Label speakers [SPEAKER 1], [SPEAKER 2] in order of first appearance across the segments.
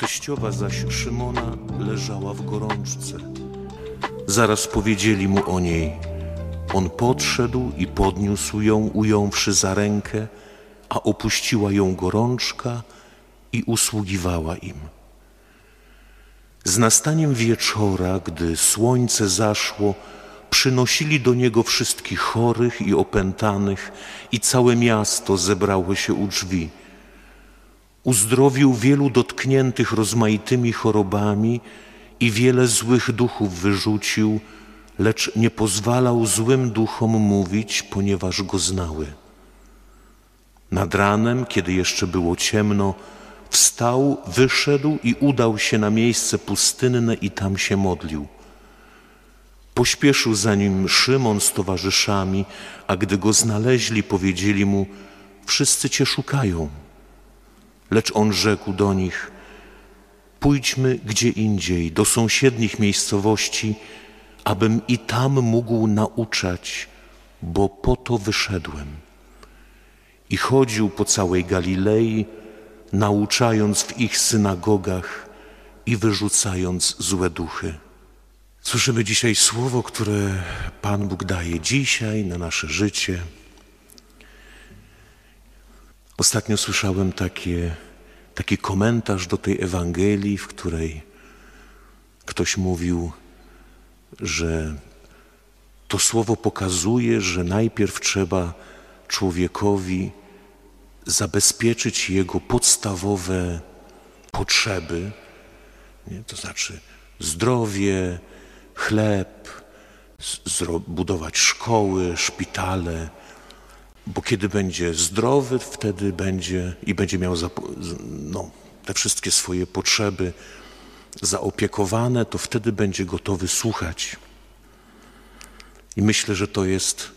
[SPEAKER 1] Teściowa zaś Szymona leżała w gorączce. Zaraz powiedzieli mu o niej. On podszedł i podniósł ją, ująwszy za rękę, a opuściła ją gorączka i usługiwała im. Z nastaniem wieczora, gdy słońce zaszło, przynosili do niego wszystkich chorych i opętanych i całe miasto zebrało się u drzwi. Uzdrowił wielu dotkniętych rozmaitymi chorobami i wiele złych duchów wyrzucił, lecz nie pozwalał złym duchom mówić, ponieważ go znały. Nad ranem, kiedy jeszcze było ciemno, wstał, wyszedł i udał się na miejsce pustynne i tam się modlił. Pośpieszył za nim Szymon z towarzyszami, a gdy go znaleźli, powiedzieli mu: wszyscy cię szukają. Lecz on rzekł do nich: pójdźmy gdzie indziej, do sąsiednich miejscowości, abym i tam mógł nauczać, bo po to wyszedłem. I chodził po całej Galilei, nauczając w ich synagogach i wyrzucając złe duchy. Słyszymy dzisiaj słowo, które Pan Bóg daje dzisiaj na nasze życie. Ostatnio słyszałem taki komentarz do tej Ewangelii, w której ktoś mówił, że to słowo pokazuje, że najpierw trzeba człowiekowi zabezpieczyć jego podstawowe potrzeby, nie? To znaczy zdrowie, chleb, budować szkoły, szpitale, bo kiedy będzie zdrowy, wtedy będzie miał te wszystkie swoje potrzeby zaopiekowane, to wtedy będzie gotowy słuchać. I myślę, że to jest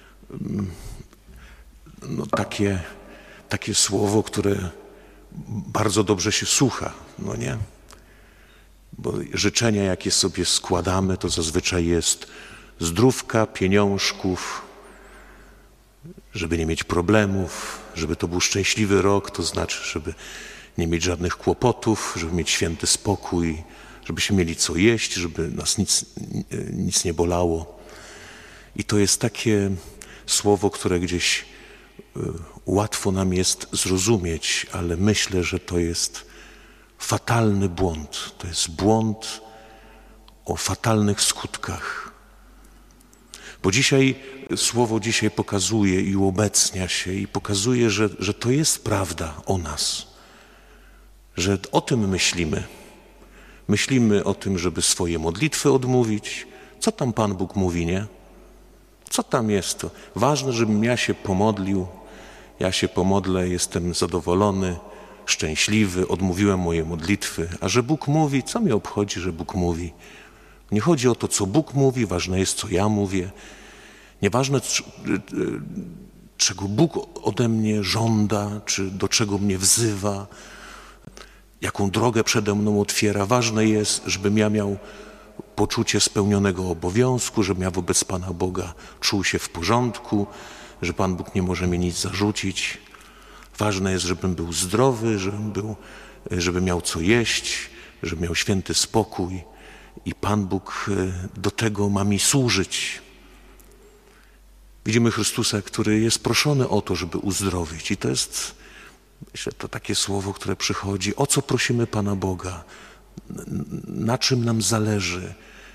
[SPEAKER 1] takie słowo, które bardzo dobrze się słucha, no nie? Bo życzenia, jakie sobie składamy, to zazwyczaj jest zdrówka, pieniążków, żeby nie mieć problemów, żeby to był szczęśliwy rok, to znaczy, żeby nie mieć żadnych kłopotów, żeby mieć święty spokój, żebyśmy mieli co jeść, żeby nas nic nie bolało. I to jest takie słowo, które gdzieś łatwo nam jest zrozumieć, ale myślę, że to jest fatalny błąd. To jest błąd o fatalnych skutkach. Bo słowo dzisiaj pokazuje i uobecnia się i pokazuje, że to jest prawda o nas. Że o tym myślimy. Myślimy o tym, żeby swoje modlitwy odmówić. Co tam Pan Bóg mówi, nie? Co tam jest to? Ważne, żebym ja się pomodlił. Ja się pomodlę, jestem zadowolony, szczęśliwy, odmówiłem moje modlitwy. A że Bóg mówi, co mnie obchodzi, że Bóg mówi? Nie chodzi o to, co Bóg mówi, ważne jest, co ja mówię. Nieważne, czego Bóg ode mnie żąda, czy do czego mnie wzywa, jaką drogę przede mną otwiera. Ważne jest, żebym ja miał poczucie spełnionego obowiązku, żebym ja wobec Pana Boga czuł się w porządku, że Pan Bóg nie może mi nic zarzucić. Ważne jest, żebym był zdrowy, żebym miał co jeść, żebym miał święty spokój i Pan Bóg do tego ma mi służyć. Widzimy Chrystusa, który jest proszony o to, żeby uzdrowić. I to jest, myślę, to takie słowo, które przychodzi. O co prosimy Pana Boga? Na czym nam zależy?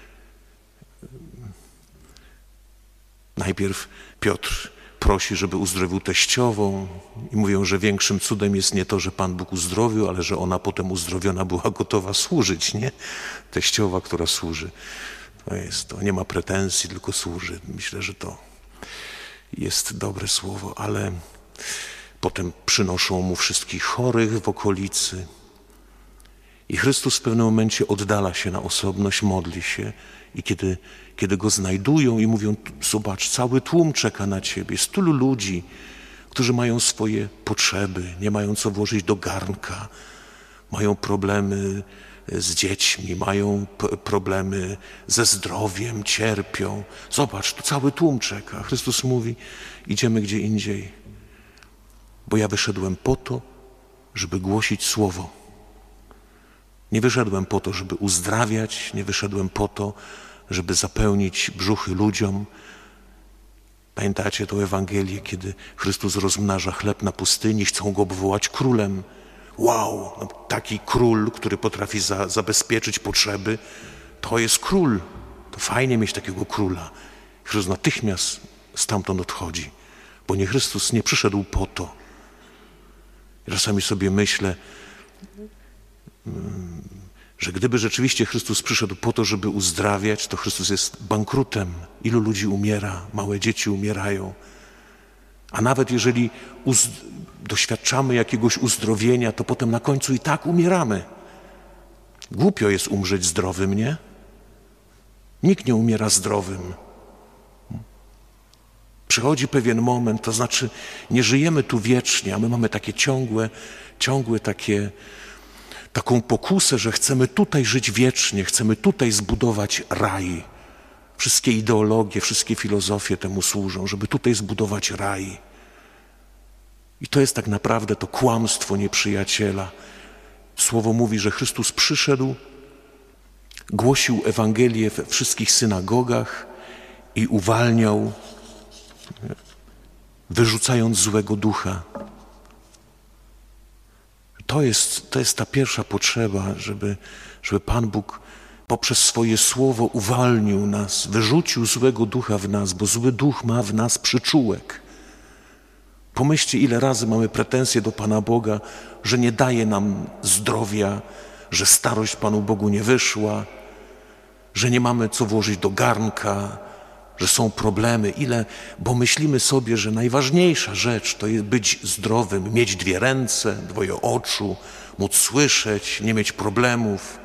[SPEAKER 1] Najpierw Piotr prosi, żeby uzdrowił teściową i mówią, że większym cudem jest nie to, że Pan Bóg uzdrowił, ale że ona potem uzdrowiona była gotowa służyć, nie? Teściowa, która służy. To nie ma pretensji, tylko służy. Myślę, że to jest dobre słowo, ale potem przynoszą mu wszystkich chorych w okolicy i Chrystus w pewnym momencie oddala się na osobność, modli się i kiedy go znajdują i mówią: zobacz, cały tłum czeka na ciebie, jest tylu ludzi, którzy mają swoje potrzeby, nie mają co włożyć do garnka, mają problemy z dziećmi, mają problemy ze zdrowiem, cierpią. Zobacz, tu cały tłum czeka. Chrystus mówi: idziemy gdzie indziej, bo ja wyszedłem po to, żeby głosić słowo. Nie wyszedłem po to, żeby uzdrawiać, nie wyszedłem po to, żeby zapełnić brzuchy ludziom. Pamiętacie tę Ewangelię, kiedy Chrystus rozmnaża chleb na pustyni, chcą go obwołać królem. Wow, no, taki król, który potrafi zabezpieczyć potrzeby, to jest król. To fajnie mieć takiego króla. Chrystus natychmiast stamtąd odchodzi, bo nie Chrystus nie przyszedł po to. Czasami sobie myślę, że gdyby rzeczywiście Chrystus przyszedł po to, żeby uzdrawiać, to Chrystus jest bankrutem. Ilu ludzi umiera, małe dzieci umierają. A nawet jeżeli doświadczamy jakiegoś uzdrowienia, to potem na końcu i tak umieramy. Głupio jest umrzeć zdrowym, nie? Nikt nie umiera zdrowym. Przychodzi pewien moment, to znaczy nie żyjemy tu wiecznie, a my mamy takie ciągłe taką pokusę, że chcemy tutaj żyć wiecznie, chcemy tutaj zbudować raj. Wszystkie ideologie, wszystkie filozofie temu służą, żeby tutaj zbudować raj. I to jest tak naprawdę to kłamstwo nieprzyjaciela. Słowo mówi, że Chrystus przyszedł, głosił Ewangelię we wszystkich synagogach i uwalniał, wyrzucając złego ducha. To jest ta pierwsza potrzeba, żeby Pan Bóg poprzez swoje słowo uwalnił nas, wyrzucił złego ducha w nas, bo zły duch ma w nas przyczółek. Pomyślcie, ile razy mamy pretensje do Pana Boga, że nie daje nam zdrowia, że starość Panu Bogu nie wyszła, że nie mamy co włożyć do garnka, że są problemy. Bo myślimy sobie, że najważniejsza rzecz to jest być zdrowym, mieć 2 ręce, 2 oczu, móc słyszeć, nie mieć problemów.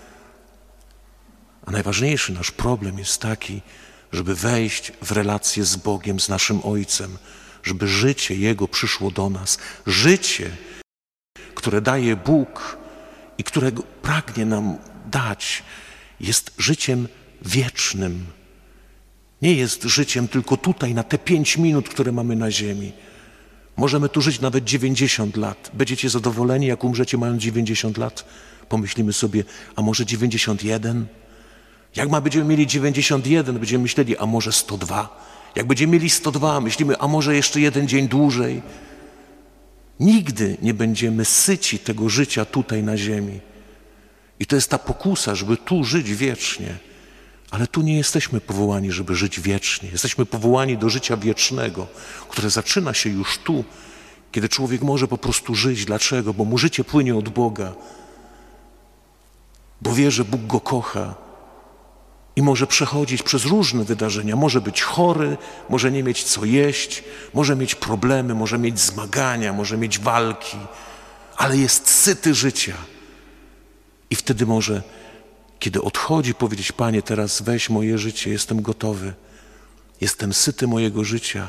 [SPEAKER 1] A najważniejszy nasz problem jest taki, żeby wejść w relację z Bogiem, z naszym Ojcem, żeby życie Jego przyszło do nas. Życie, które daje Bóg i którego pragnie nam dać, jest życiem wiecznym. Nie jest życiem tylko tutaj, na te 5 minut, które mamy na ziemi. Możemy tu żyć nawet 90 lat. Będziecie zadowoleni, jak umrzecie mając 90 lat? Pomyślimy sobie, a może 91? Jak będziemy mieli 91, będziemy myśleli, a może 102? Jak będziemy mieli 102, myślimy, a może jeszcze 1 dzień dłużej? Nigdy nie będziemy syci tego życia tutaj na ziemi. I to jest ta pokusa, żeby tu żyć wiecznie. Ale tu nie jesteśmy powołani, żeby żyć wiecznie. Jesteśmy powołani do życia wiecznego, które zaczyna się już tu, kiedy człowiek może po prostu żyć. Dlaczego? Bo mu życie płynie od Boga. Bo wie, że Bóg go kocha i może przechodzić przez różne wydarzenia. Może być chory, może nie mieć co jeść, może mieć problemy, może mieć zmagania, może mieć walki, ale jest syty życia. I wtedy może, kiedy odchodzi, powiedzieć: Panie, teraz weź moje życie, jestem gotowy, jestem syty mojego życia.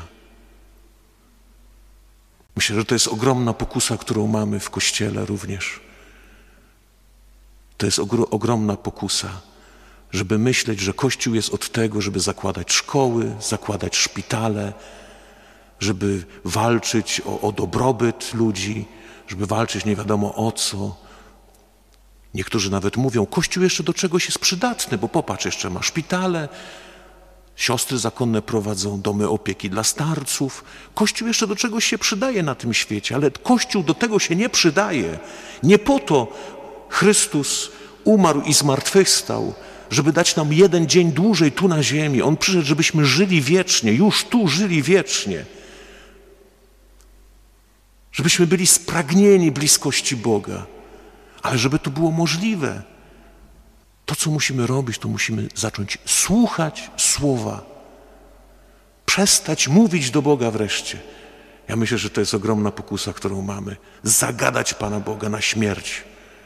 [SPEAKER 1] Myślę, że to jest ogromna pokusa, którą mamy w Kościele również. To jest ogromna pokusa, żeby myśleć, że Kościół jest od tego, żeby zakładać szkoły, zakładać szpitale, żeby walczyć o dobrobyt ludzi, żeby walczyć nie wiadomo o co. Niektórzy nawet mówią, Kościół jeszcze do czegoś jest przydatny, bo popatrz, jeszcze ma szpitale, siostry zakonne prowadzą domy opieki dla starców. Kościół jeszcze do czegoś się przydaje na tym świecie, ale Kościół do tego się nie przydaje. Nie po to Chrystus umarł i zmartwychwstał, żeby dać nam 1 dzień dłużej tu na ziemi. On przyszedł, żebyśmy żyli wiecznie, już tu żyli wiecznie. Żebyśmy byli spragnieni bliskości Boga. Ale żeby to było możliwe, to co musimy robić, to musimy zacząć słuchać Słowa. Przestać mówić do Boga wreszcie. Ja myślę, że to jest ogromna pokusa, którą mamy. Zagadać Pana Boga na śmierć.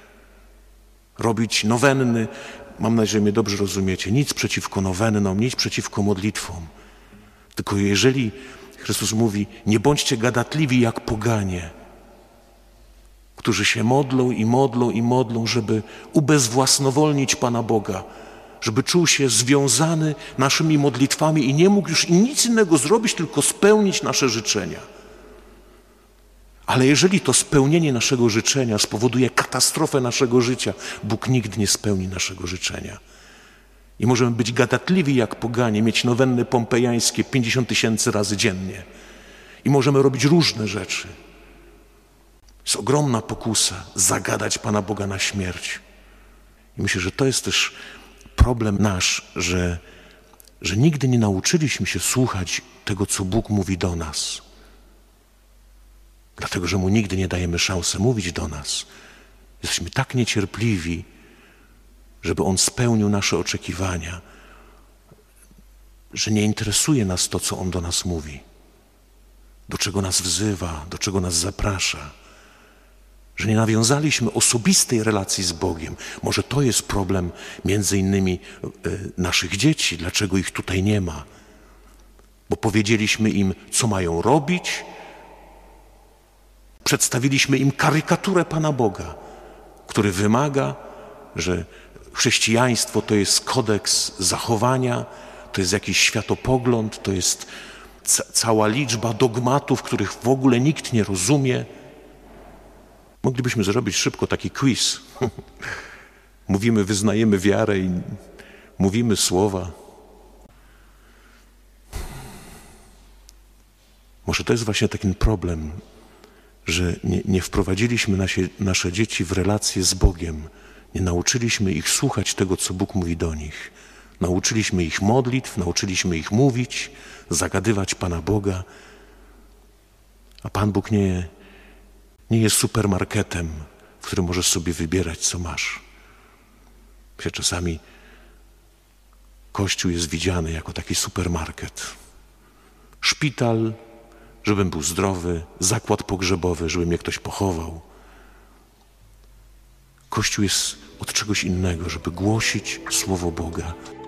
[SPEAKER 1] Robić nowenny. Mam nadzieję, że mnie dobrze rozumiecie. Nic przeciwko nowennom, nic przeciwko modlitwom. Tylko jeżeli Chrystus mówi, nie bądźcie gadatliwi jak poganie, którzy się modlą i modlą i modlą, żeby ubezwłasnowolnić Pana Boga, żeby czuł się związany naszymi modlitwami i nie mógł już nic innego zrobić, tylko spełnić nasze życzenia. Ale jeżeli to spełnienie naszego życzenia spowoduje katastrofę naszego życia, Bóg nigdy nie spełni naszego życzenia. I możemy być gadatliwi jak poganie, mieć nowenny pompejańskie 50 000 razy dziennie. I możemy robić różne rzeczy. Jest ogromna pokusa zagadać Pana Boga na śmierć. I myślę, że to jest też problem nasz, że nigdy nie nauczyliśmy się słuchać tego, co Bóg mówi do nas. Dlatego, że Mu nigdy nie dajemy szansy mówić do nas. Jesteśmy tak niecierpliwi, żeby On spełnił nasze oczekiwania, że nie interesuje nas to, co On do nas mówi, do czego nas wzywa, do czego nas zaprasza, że nie nawiązaliśmy osobistej relacji z Bogiem. Może to jest problem między innymi naszych dzieci, dlaczego ich tutaj nie ma. Bo powiedzieliśmy im, co mają robić, przedstawiliśmy im karykaturę Pana Boga, który wymaga, że chrześcijaństwo to jest kodeks zachowania, to jest jakiś światopogląd, to jest cała liczba dogmatów, których w ogóle nikt nie rozumie. Moglibyśmy zrobić szybko taki quiz. Mówimy, wyznajemy wiarę i mówimy słowa. Może to jest właśnie taki problem, że nie wprowadziliśmy nasze dzieci w relację z Bogiem. Nie nauczyliśmy ich słuchać tego, co Bóg mówi do nich. Nauczyliśmy ich modlitw, nauczyliśmy ich mówić, zagadywać Pana Boga. A Pan Bóg nie jest supermarketem, w którym możesz sobie wybierać, co masz. Czasami Kościół jest widziany jako taki supermarket. Szpital, żebym był zdrowy, zakład pogrzebowy, żeby mnie ktoś pochował. Kościół jest od czegoś innego, żeby głosić Słowo Boga.